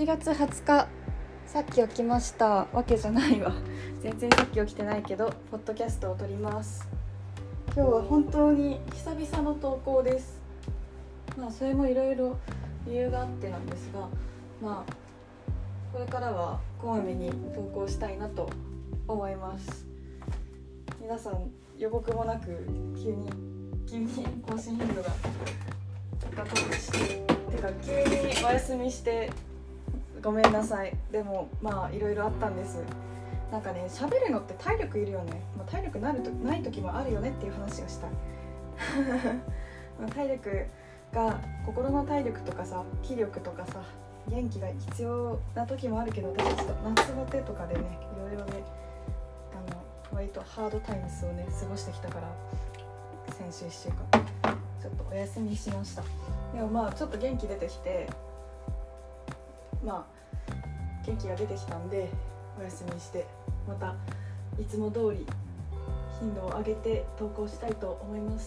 月20日、さっき起きましたわけじゃないわ。全然さっき起きてないけどポッドキャストを撮ります。今日は本当に久々の投稿です。それもいろいろ理由があってなんですが、これからはこまめに投稿したいなと思います。皆さん予告もなく急に更新頻度が高くして急にお休みしてごめんなさい。でもいろいろあったんです。喋るのって体力いるよね。体力ない時もあるよねっていう話がしたい体力が心の体力とかさ、気力とかさ、元気が必要な時もあるけど、私ちょっと夏バテとかでね、いろいろね割とハードタイムスをね過ごしてきたから、先週1週間ちょっとお休みしました。でもちょっと元気出てきて、元気が出てきたんでお休みして、またいつも通り頻度を上げて投稿したいと思います。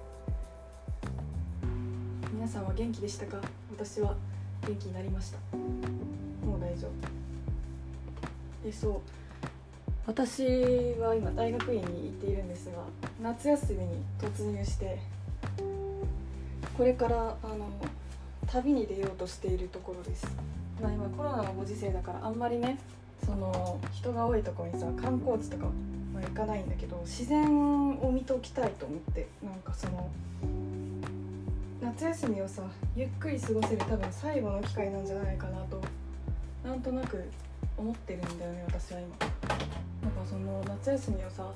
皆さんは元気でしたか？私は元気になりました。もう大丈夫。私は今大学院に行っているんですが、夏休みに突入して、これから旅に出ようとしているところです。今コロナのご時世だからあんまりね、人が多いところにさ、観光地とか行かないんだけど、自然を見ておきたいと思って、夏休みをさゆっくり過ごせる多分最後の機会なんじゃないかなとなんとなく思ってるんだよね、私は今。夏休みをさ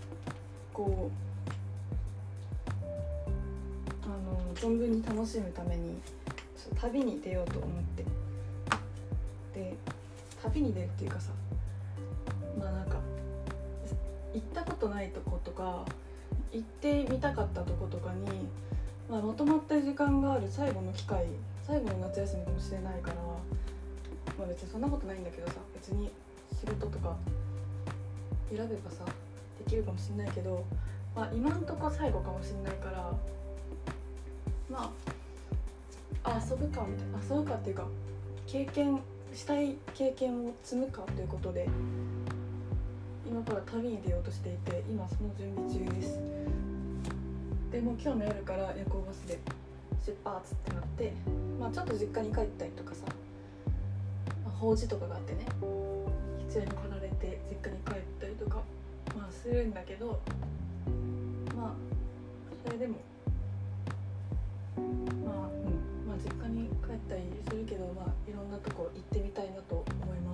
存分に楽しむために旅に出ようと思って、で旅に出るっていうかさ、行ったことないとことか行ってみたかったとことかに、まとまった時間がある最後の機会、最後の夏休みかもしれないから、別にそんなことないんだけどさ、別に仕事とか選べばさできるかもしれないけど、今んとこ最後かもしれないから、遊ぶかっていうか、したい経験を積むかということで今から旅に出ようとしていて、今その準備中です。でも今日の夜から夜行バスで出発ってなって、ちょっと実家に帰ったりとかさ、法事とかがあってね、必要に来られて実家に帰ったりとかするんだけど、それでも実家に帰ったりするけど、いろんなとこ行ってみたいなと思います。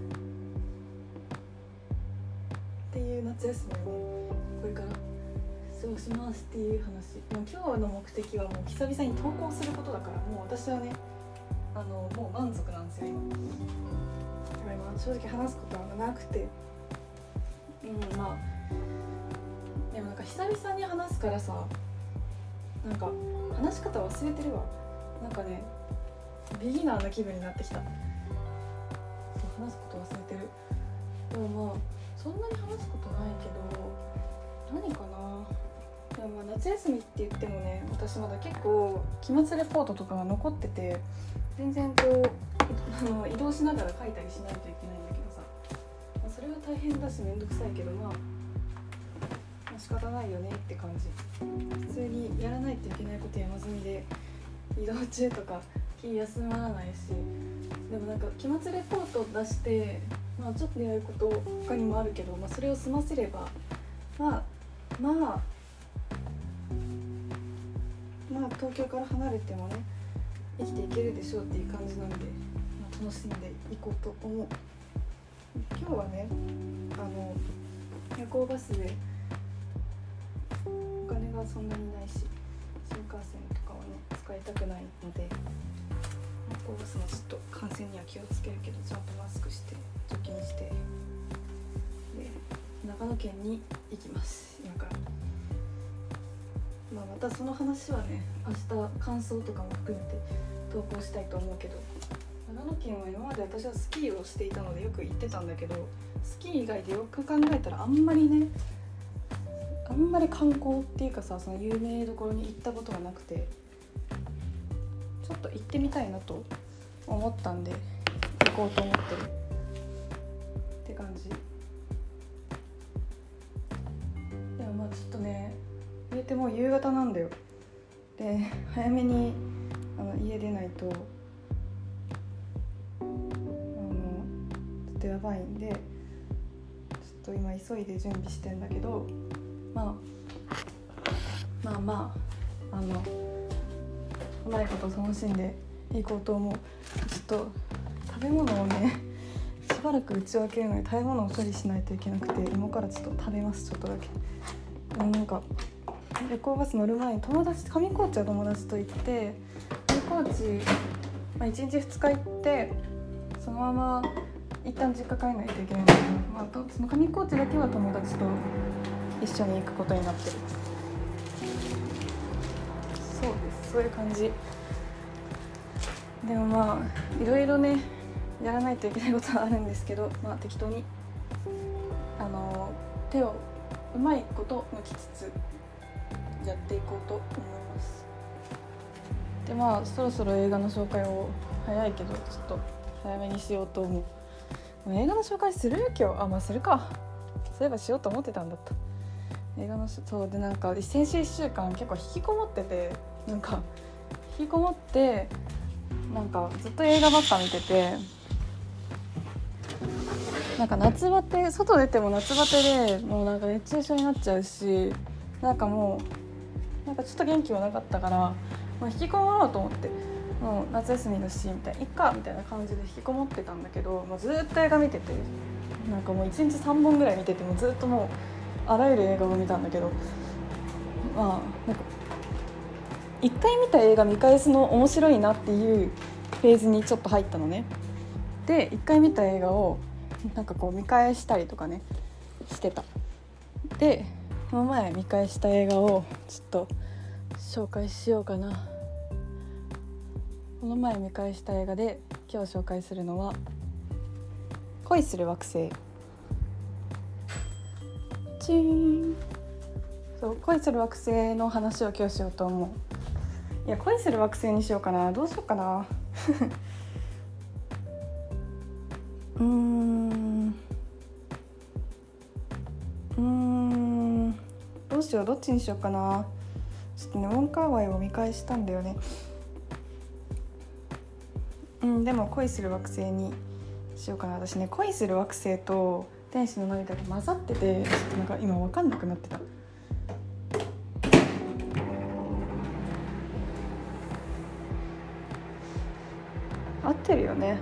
っていう夏休みをこれから過ごしますっていう話。今日の目的はもう久々に投稿することだから、もう私はねもう満足なんですよ今。正直話すことはなくて、でも久々に話すからさ、話し方忘れてるわ。ビギナーな気分になってきた。話すこと忘れてる。でもそんなに話すことないけど、何かな。でも夏休みって言ってもね、私まだ結構期末レポートとかが残ってて、全然移動しながら書いたりしないといけないんだけどさ、それは大変だしめんどくさいけど、仕方ないよねって感じ。普通にやらないといけないこと山積みで、移動中とか気休まらないし、でも期末レポート出して、ちょっとやること他にもあるけど、それを済ませれば東京から離れてもね生きていけるでしょうっていう感じなんで、楽しんでいこうと思う。今日はね夜行バスでお金がそんなにないし、新幹線とかはね使いたくないので、夜行バスもちょっと感染には気をつけるけど、ちゃんとマスクして除菌して、で長野県に行きます今から。またその話はね明日感想とかも含めて投稿したいと思うけど、長野県は今まで私はスキーをしていたのでよく行ってたんだけど、スキー以外でよく考えたらあんまり観光っていうかさ、その有名どころに行ったことがなくて、ちょっと行ってみたいなと思ったんで行こうと思ってるって感じ。でもまあちょっとね、言えてもう夕方なんだよ。で早めに家出ないとちょっとやばいんで、ちょっと今急いで準備してんだけど、まあうまいこと楽しんでいこうと思う。ちょっと食べ物をねしばらく打ち分けるのに食べ物を処理しないといけなくて、今からちょっと食べます。ちょっとだけ。なんか旅行バス乗る前に上高地は友達と行って、上高地、1日2日行ってそのまま一旦実家帰らないといけないんだけど、その上高地だけは友達と一緒に行くことになってる。そうです、そういう感じ。でもまあいろいろねやらないといけないことはあるんですけど、適当に手をうまいこと抜きつつやっていこうと思います。でそろそろ映画の紹介を、早いけどちょっと早めにしようと思う。映画の紹介する今日。するか。そういえばしようと思ってたんだった。映画のそうで、なんか先週1週間結構引きこもってて、なんかずっと映画ばっか見てて、なんか夏バテ、外出ても夏バテでもうなんか熱中症になっちゃうし、なんかちょっと元気もなかったから、引きこもろうと思って、もう夏休みのしみたいないっかみたいな感じで引きこもってたんだけど、ずっと映画見てて、なんかもう1日3本ぐらい見てて、もうずっともうあらゆる映画を見たんだけど、なんか1回見た映画見返すの面白いなっていうフェーズにちょっと入ったのね。で1回見た映画を見返したりとかねしてた。でこの前見返した映画をちょっと紹介しようかな。この前見返した映画で今日紹介するのは恋する惑星。チーン。そう、恋する惑星の話を今日しようと思う。いや、恋する惑星にしようかな。どうしようかなどっちにしようかな。ちょっとね、ウォンカーワイを見返したんだよね。でも恋する惑星にしようかな。私ね、恋する惑星と天使の涙が混ざってて、ちょっと今分かんなくなってた。合ってるよね。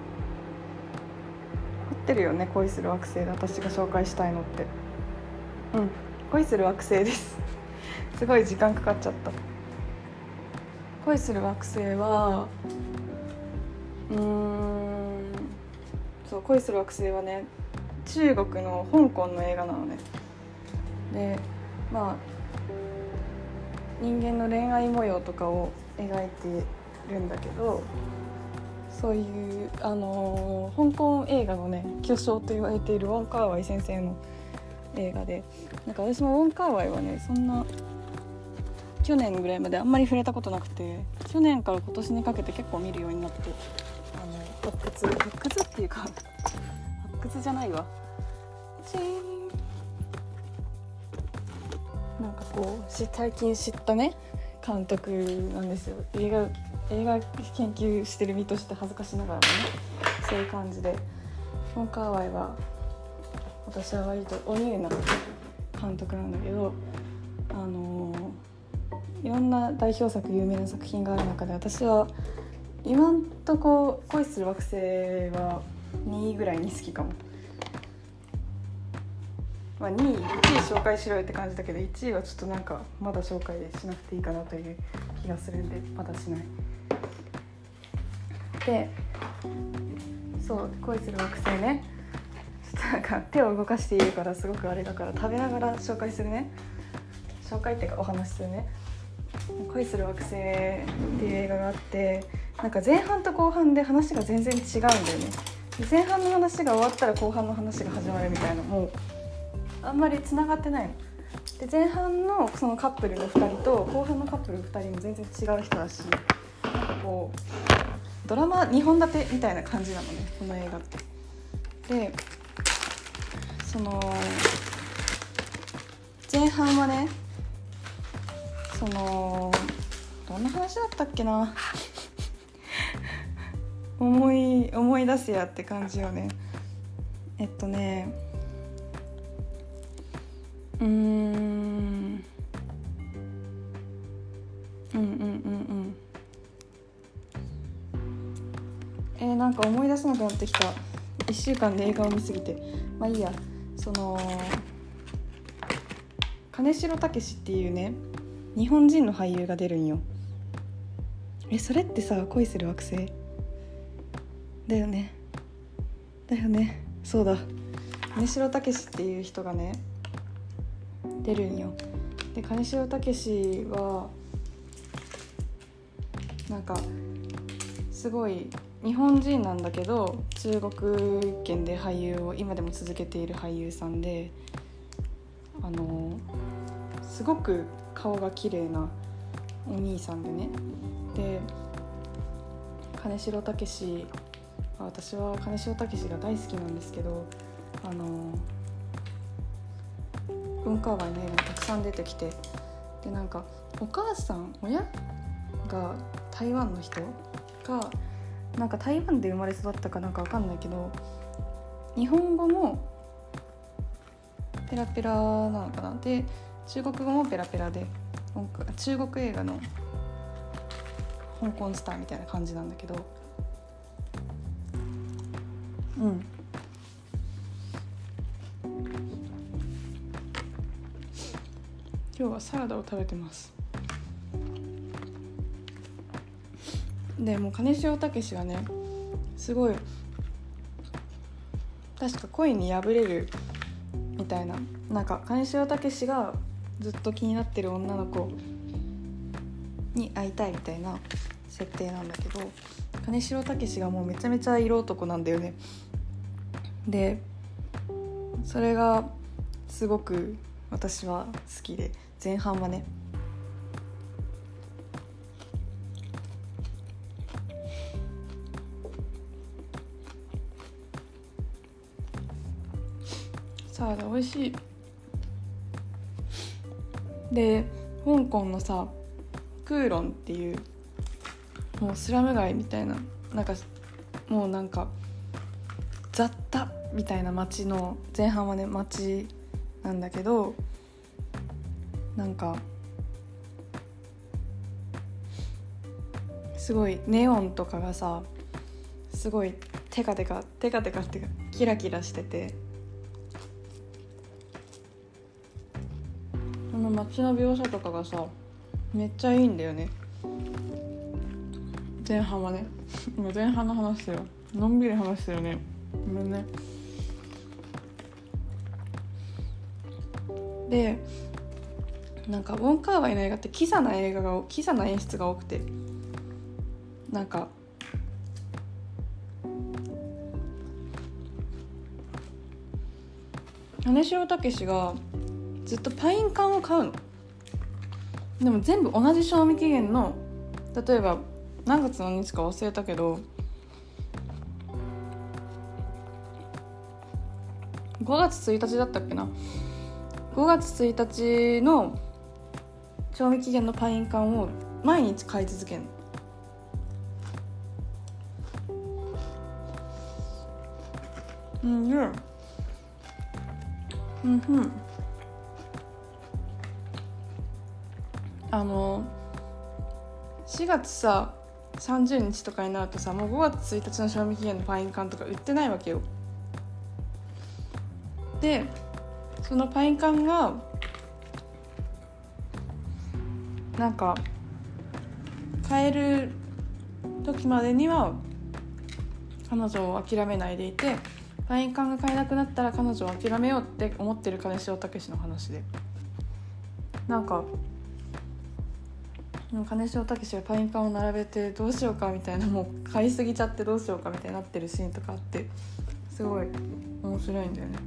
恋する惑星で私が紹介したいのって。恋する惑星ですすごい時間かかっちゃった。恋する惑星はそう、恋する惑星はね、中国の香港の映画なのね。で人間の恋愛模様とかを描いてるんだけど、そういう香港映画のね巨匠と言われているウォン・カーワイ先生の映画で、私もウォン・カーワイはね、そんな去年ぐらいまであんまり触れたことなくて、去年から今年にかけて結構見るようになって、発掘っていうか発掘じゃないわ、チーン、最近知ったね監督なんですよ。映画研究してる身として恥ずかしながらもね、そういう感じでウォン・カーワイは私は割とおニューな監督なんだけど、いろんな代表作、有名な作品がある中で、私は今んとこ恋する惑星は2位ぐらいに好きかも。2位、1位紹介しろよって感じだけど、1位はちょっとまだ紹介しなくていいかなという気がするんで、まだしない。で、そう恋する惑星ね、ちょっと手を動かしているからすごくあれだから、食べながら紹介するね。紹介っていうかお話するね。恋する惑星っていう映画があって、前半と後半で話が全然違うんだよね。前半の話が終わったら後半の話が始まるみたいな、もうあんまり繋がってないので、前半のそのカップルの2人と後半のカップルの2人も全然違う人だし、 ドラマ2本立てみたいな感じなのね、この映画って。でその前半はね、そのどんな話だったっけな思い出せやって感じよね。なんか思い出せなくなってきた。1週間で映画を見すぎて。まあいいや。その金城武っていうね、日本人の俳優が出るんよ。それってさ、恋する惑星だよね。そうだ、金城武っていう人がね出るんよ。で金城武はなんかすごい日本人なんだけど、中国圏で俳優を今でも続けている俳優さんで、すごく顔が綺麗なお兄さんでね。で金城武、私は金城武が大好きなんですけど、文化話の映画にたくさん出てきて、でなんか親が台湾の人が、なんか台湾で生まれ育ったかなんか分かんないけど、日本語もペラペラなのかな。で中国語もペラペラで、中国映画の香港スターみたいな感じなんだけど、今日はサラダを食べてます。でもう金城武はね、すごい確か恋に破れるみたいな、なんか金城武がずっと気になってる女の子に会いたいみたいな設定なんだけど、金城武がもうめちゃめちゃ色男なんだよね。でそれがすごく私は好きで、前半はねサラダ美味しい。で香港のさ、クーロンっていうもうスラム街みたいな、なんかもうなんか雑多みたいな街の、前半はね街なんだけど、なんかすごいネオンとかがさ、すごいテカテカっていうかキラキラしてて、この街の描写とかがさめっちゃいいんだよね。前半はね今前半の話だよ、のんびり話してるね、ごめんね。でなんかウォン・カーワイの映画ってキザな演出が多くて、なんか金城武がずっとパイン缶を買うの。でも全部同じ賞味期限の、例えば何月何日か忘れたけど5月1日だったっけな、5月1日の賞味期限のパイン缶を毎日買い続けるの。4月さ30日とかになるとさ、もう5月1日の賞味期限のパイン缶とか売ってないわけよ。でそのパイン缶がなんか買える時までには彼女を諦めないでいて、パイン缶が買えなくなったら彼女を諦めようって思ってる金城武の話で、なんか金城武がパイン缶を並べてどうしようかみたいな、もう買いすぎちゃってどうしようかみたいになってるシーンとかあって、すごい面白いんだよね。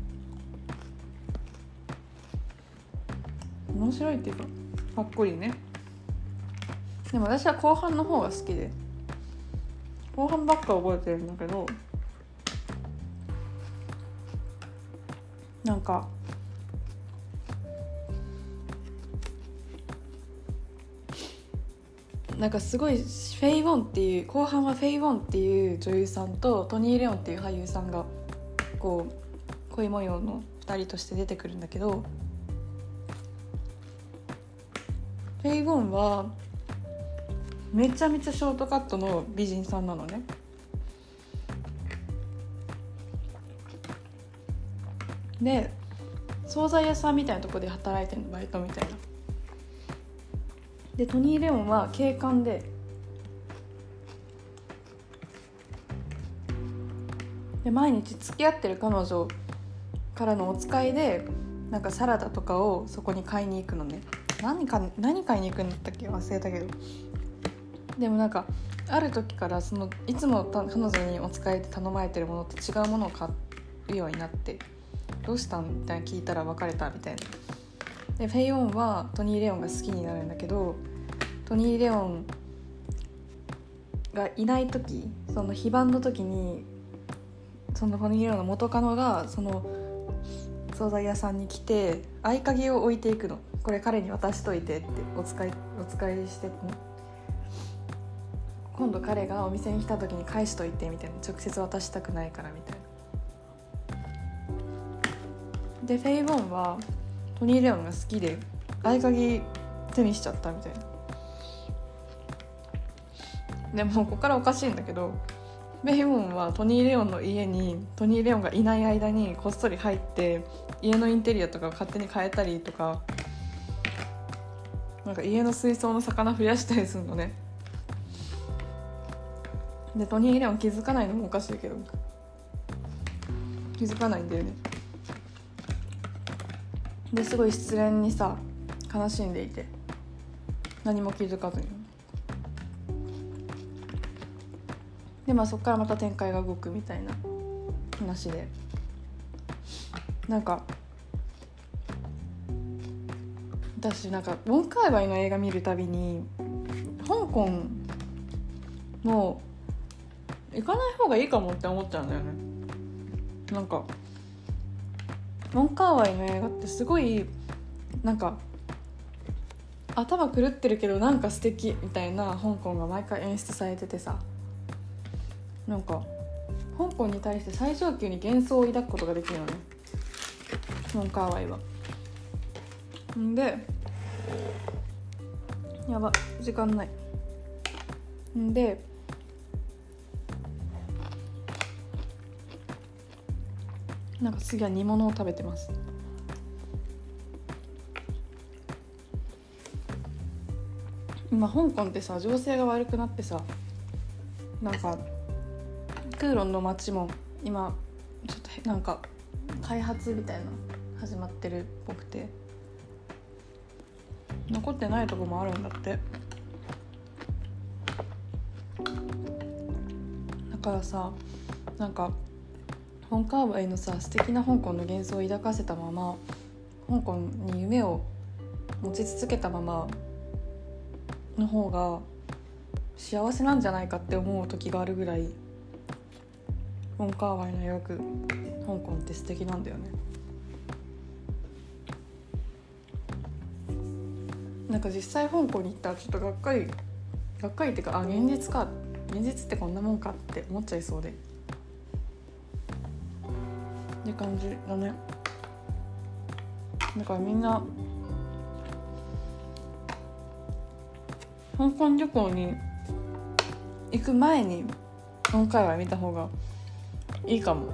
面白いっていうかかっこいいね。でも私は後半の方が好きで、 後半ばっか覚えてるんだけど、なんかすごいフェイ・ウォンっていう、後半はフェイ・ウォンっていう女優さんとトニー・レオンっていう俳優さんがこう恋模様の2人として出てくるんだけど、フェイ・ウォンはめちゃめちゃショートカットの美人さんなのね。で惣菜屋さんみたいなところで働いてるの、バイトみたいな。でトニー・レオンは警官で、毎日付き合ってる彼女からのお使いでなんかサラダとかをそこに買いに行くのね。何買いに行くんだったっけ、忘れたけど。でもなんかある時からそのいつも彼女にお使いで頼まれてるものと違うものを買うようになって、どうしたんみたいな聞いたら別れたみたいな。でフェイ・オンはトニー・レオンが好きになるんだけど、トニー・レオンがいない時、その非番の時にそのトニー・レオンの元カノがその惣菜屋さんに来て合鍵を置いていくの。これ彼に渡しといてって、お使いしてね、今度彼がお店に来た時に返しといてみたいな、直接渡したくないからみたいな。でフェイ・ボンはトニー・レオンが好きで合鍵手にしちゃったみたいな。でもここからおかしいんだけど、フェイ・ボンはトニー・レオンの家にトニー・レオンがいない間にこっそり入って家のインテリアとかを勝手に変えたりとか、なんか家の水槽の魚増やしたりするのね。でトニー・レオン気づかないのもおかしいけど、気づかないんだよね。ですごい失恋にさ悲しんでいて、何も気づかずに。でそっからまた展開が動くみたいな話で、なんか私なんかウォン・カーワイの映画見るたびに香港の行かない方がいいかもって思っちゃうんだよね。なんかウォン・カーワイの映画ってすごいなんか頭狂ってるけどなんか素敵みたいな香港が毎回演出されててさ、なんか香港に対して最上級に幻想を抱くことができるのね、ウォン・カーワイは。んでやば時間ないんで、なんか次は煮物を食べてます。今香港ってさ情勢が悪くなってさ、なんかクーロンの街も今ちょっとなんか開発みたいな始まってるっぽくて、残ってないとこもあるんだって。だからさ、なんかウォン・カーワイのさ素敵な香港の幻想を抱かせたまま、香港に夢を持ち続けたままの方が幸せなんじゃないかって思う時があるぐらい、ウォン・カーワイの描く香港って素敵なんだよね。なんか実際香港に行ったらちょっとがっかりっていうか、現実ってこんなもんかって思っちゃいそうでって感じだね。だからみんな香港旅行に行く前に今回は見た方がいいかも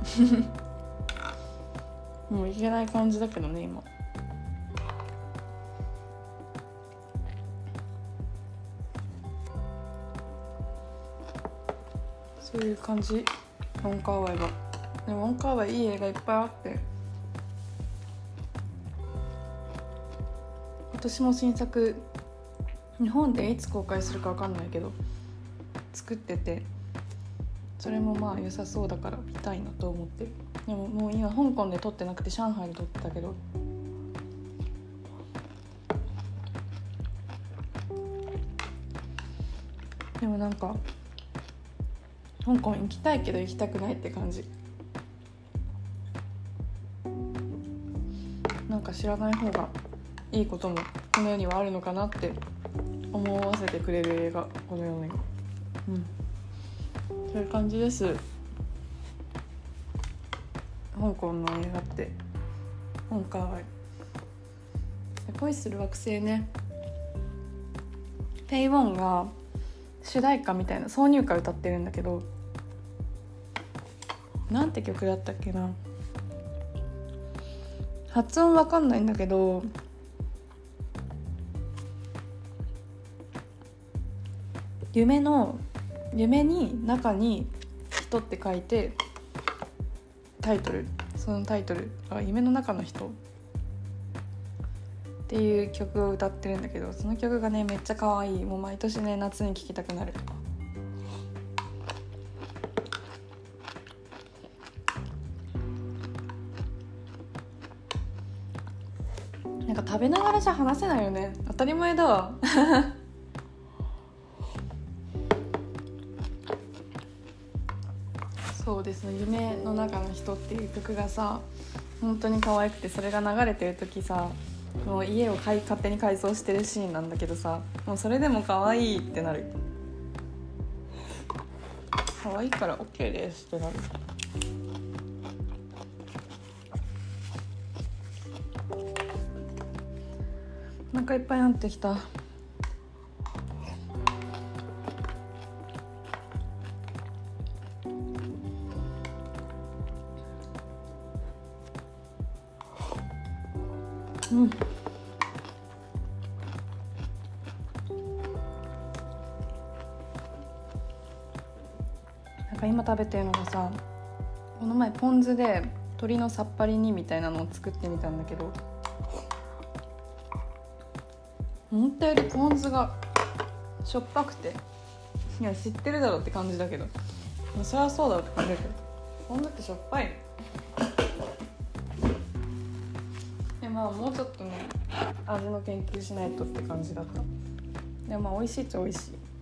もう行けない感じだけどね今。そういう感じ。ウォン・カーワイはでもウォン・カーワイいい映画いっぱいあって、今年も新作日本でいつ公開するか分かんないけど作ってて、それもまあ良さそうだから見たいなと思ってる。でももう今香港で撮ってなくて上海で撮ってたけど、でもなんか香港行きたいけど行きたくないって感じ。なんか知らない方がいいこともこの世にはあるのかなって思わせてくれる映画、この世に。そういう感じです。香港の映画って今回恋する惑星ね、ペイウォンが主題歌みたいな挿入歌歌ってるんだけど、なんて曲だったっけな、発音わかんないんだけど、夢に中に人って書いてそのタイトルが夢の中の人っていう曲を歌ってるんだけど、その曲がねめっちゃ可愛い。もう毎年ね夏に聴きたくなる。なんか食べながらじゃ話せないよね、当たり前だわそうですね、夢の中の人っていう曲がさ本当に可愛くて、それが流れてる時さ、もう家を勝手に改装してるシーンなんだけどさ、もうそれでも可愛いってなる。可愛いから OK ですってなる。お腹いっぱいになってきた。なんか今食べてるのがさ、この前ポン酢で鶏のさっぱり煮みたいなのを作ってみたんだけど、思ったよりポン酢がしょっぱくて、いや知ってるだろうって感じだけど、そりゃそうだろうって感じだけど、ポン酢ってしょっぱいの。まあもうちょっとね味の研究しないとって感じだった。でもまあ美味しいっちゃ美味しい。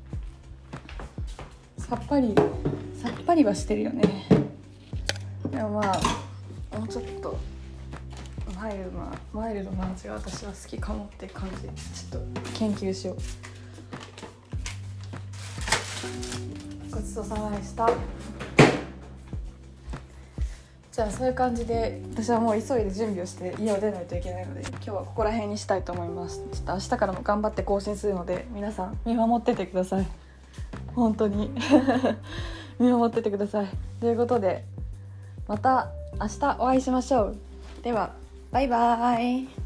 さっぱりはしてるよね。でもまあもうちょっとマイルドな味が私は好きかもって感じ。ちょっと研究しよう。ごちそうさまでした。じゃあそういう感じで私はもう急いで準備をして家を出ないといけないので、今日はここら辺にしたいと思います。ちょっと明日からも頑張って更新するので、皆さん見守っててください。本当に見守っててください。ということでまた明日お会いしましょう。ではバイバーイ。